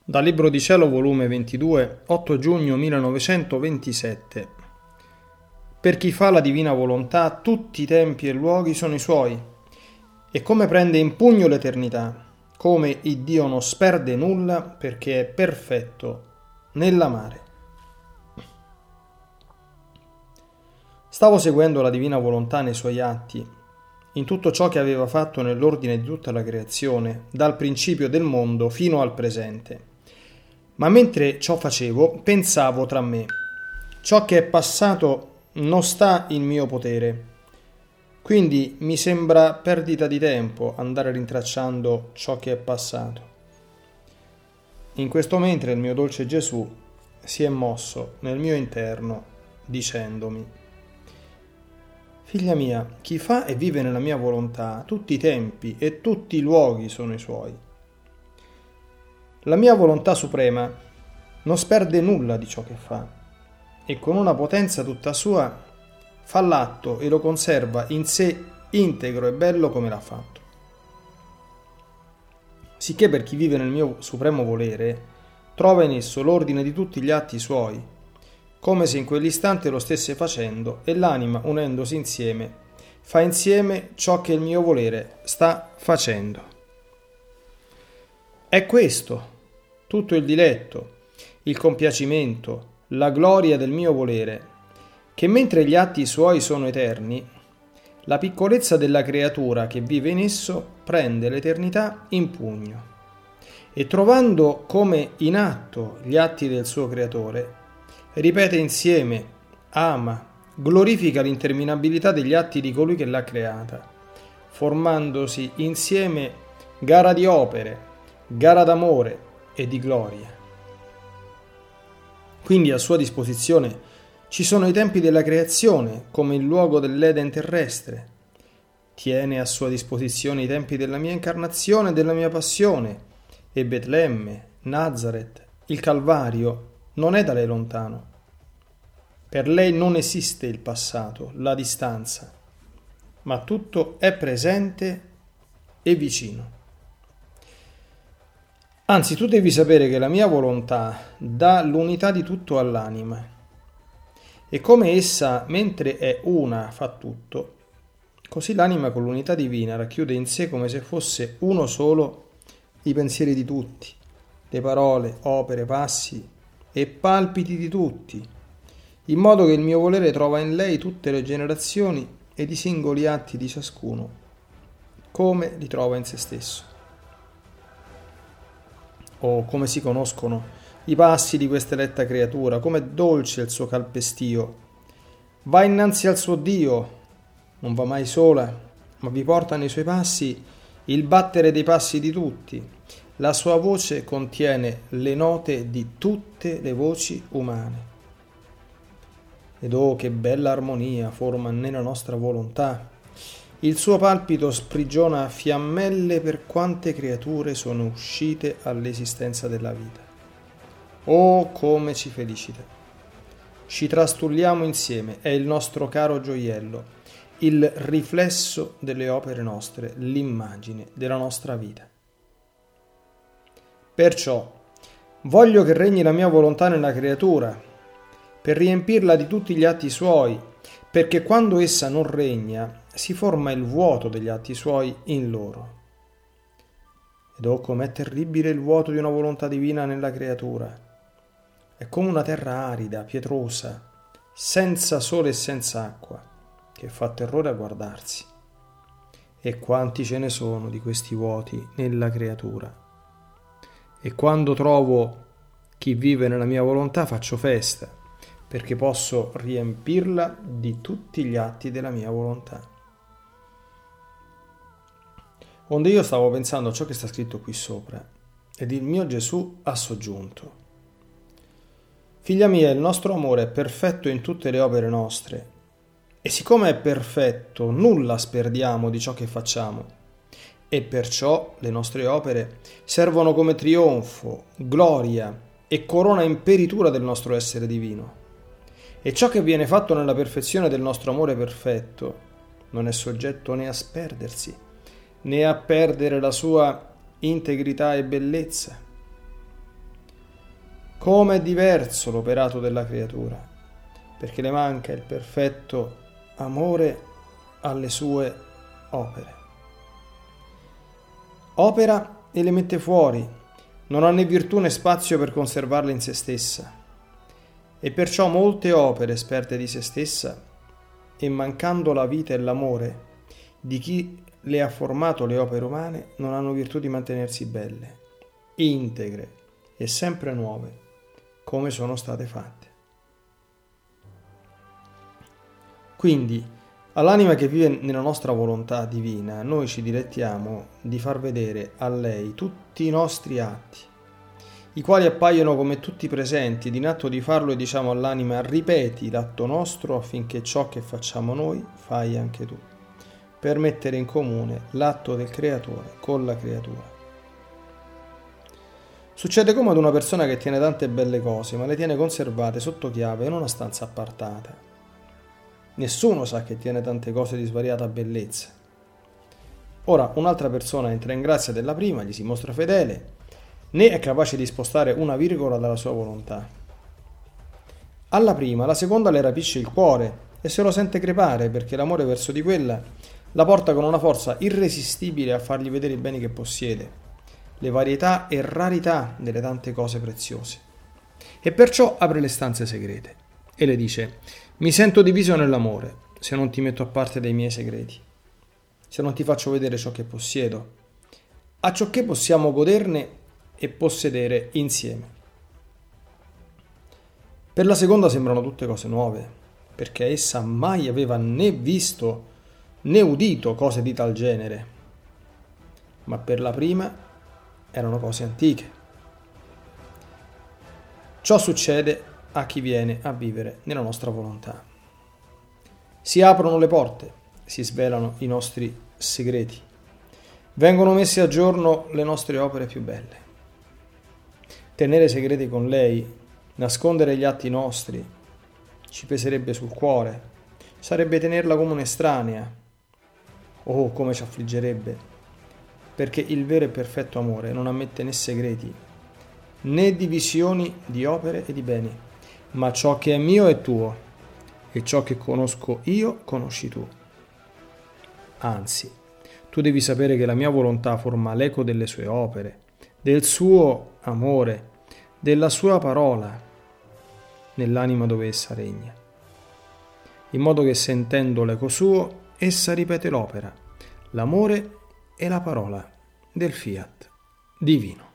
Dal Libro di Cielo, volume 22, 8 giugno 1927. Per chi fa la divina volontà, tutti i tempi e luoghi sono i suoi, e come prende in pugno l'eternità, come il Dio non sperde nulla perché è perfetto nell'amare. Stavo seguendo la divina volontà nei suoi atti, in tutto ciò che aveva fatto nell'ordine di tutta la creazione, dal principio del mondo fino al presente. Ma mentre ciò facevo, pensavo tra me: ciò che è passato non sta in mio potere, quindi mi sembra perdita di tempo andare rintracciando ciò che è passato. In questo mentre il mio dolce Gesù si è mosso nel mio interno dicendomi: figlia mia, chi fa e vive nella mia volontà, tutti i tempi e tutti i luoghi sono i suoi. La mia volontà suprema non sperde nulla di ciò che fa, e con una potenza tutta sua fa l'atto e lo conserva in sé integro e bello come l'ha fatto. Sicché per chi vive nel mio supremo volere, trova in esso l'ordine di tutti gli atti suoi, come se in quell'istante lo stesse facendo, e l'anima, unendosi insieme, fa insieme ciò che il mio volere sta facendo. È questo tutto il diletto, il compiacimento, la gloria del mio volere, che mentre gli atti suoi sono eterni, la piccolezza della creatura che vive in esso prende l'eternità in pugno, e trovando come in atto gli atti del suo creatore, ripete insieme, ama, glorifica l'interminabilità degli atti di colui che l'ha creata, formandosi insieme gara di opere, gara d'amore e di gloria. Quindi a sua disposizione ci sono i tempi della creazione, come il luogo dell'Eden terrestre. Tiene a sua disposizione i tempi della mia incarnazione e della mia passione, e Betlemme, Nazareth, il Calvario non è da lei lontano. Per lei non esiste il passato, la distanza, ma tutto è presente e vicino. Anzi, tu devi sapere che la mia volontà dà l'unità di tutto all'anima, e come essa, mentre è una, fa tutto, così l'anima con l'unità divina racchiude in sé come se fosse uno solo i pensieri di tutti, le parole, opere, passi e palpiti di tutti, in modo che il mio volere trova in lei tutte le generazioni ed i singoli atti di ciascuno, come li trova in se stesso. Oh, come si conoscono i passi di questa eletta creatura, com'è dolce il suo calpestio. Va innanzi al suo Dio, non va mai sola, ma vi porta nei suoi passi il battere dei passi di tutti. La sua voce contiene le note di tutte le voci umane. Ed oh, che bella armonia forma nella nostra volontà. Il suo palpito sprigiona fiammelle per quante creature sono uscite all'esistenza della vita. Oh, come ci felicita! Ci trastulliamo insieme, è il nostro caro gioiello, il riflesso delle opere nostre, l'immagine della nostra vita. Perciò voglio che regni la mia volontà nella creatura, per riempirla di tutti gli atti suoi, perché quando essa non regna, si forma il vuoto degli atti suoi in loro. Ed oh, com'è terribile il vuoto di una volontà divina nella creatura. È come una terra arida, pietrosa, senza sole e senza acqua, che fa terrore a guardarsi. E quanti ce ne sono di questi vuoti nella creatura. E quando trovo chi vive nella mia volontà faccio festa, perché posso riempirla di tutti gli atti della mia volontà. Onde io stavo pensando a ciò che sta scritto qui sopra, ed il mio Gesù ha soggiunto: figlia mia, il nostro amore è perfetto in tutte le opere nostre, e siccome è perfetto, nulla sperdiamo di ciò che facciamo, e perciò le nostre opere servono come trionfo, gloria e corona imperitura del nostro essere divino. E ciò che viene fatto nella perfezione del nostro amore perfetto non è soggetto né a sperdersi, né a perdere la sua integrità e bellezza. come è diverso l'operato della creatura, perché le manca il perfetto amore alle sue opere. Opera e le mette fuori, non ha né virtù né spazio per conservarle in se stessa, e perciò molte opere esperte di se stessa, e mancando la vita e l'amore di chi le ha formato le opere umane, non hanno virtù di mantenersi belle, integre e sempre nuove, come sono state fatte. Quindi, all'anima che vive nella nostra volontà divina, noi ci dilettiamo di far vedere a lei tutti i nostri atti, i quali appaiono come tutti presenti, ed in atto di farlo e diciamo all'anima: ripeti l'atto nostro affinché ciò che facciamo noi fai anche tu, per mettere in comune l'atto del creatore con la creatura. Succede come ad una persona che tiene tante belle cose, ma le tiene conservate sotto chiave in una stanza appartata. Nessuno sa che tiene tante cose di svariata bellezza. Ora un'altra persona entra in grazia della prima, gli si mostra fedele, né è capace di spostare una virgola dalla sua volontà. Alla prima, la seconda le rapisce il cuore e se lo sente crepare, perché l'amore verso di quella la porta con una forza irresistibile a fargli vedere i beni che possiede, le varietà e rarità delle tante cose preziose. E perciò apre le stanze segrete e le dice: mi sento diviso nell'amore se non ti metto a parte dei miei segreti, se non ti faccio vedere ciò che possiedo, a ciò che possiamo goderne e possedere insieme. Per la seconda sembrano tutte cose nuove, perché essa mai aveva né visto né udito cose di tal genere, ma per la prima erano cose antiche. Ciò succede a chi viene a vivere nella nostra volontà. Si aprono le porte, si svelano i nostri segreti, vengono messe a giorno le nostre opere più belle. Tenere segreti con lei, nascondere gli atti nostri, ci peserebbe sul cuore, sarebbe tenerla come un'estranea. Oh, come ci affliggerebbe, perché il vero e perfetto amore non ammette né segreti, né divisioni di opere e di beni, ma ciò che è mio è tuo, e ciò che conosco io conosci tu. Anzi, tu devi sapere che la mia volontà forma l'eco delle sue opere, del suo amore, della sua parola, nell'anima dove essa regna, in modo che sentendo l'eco suo, essa ripete l'opera, l'amore e la parola del fiat divino.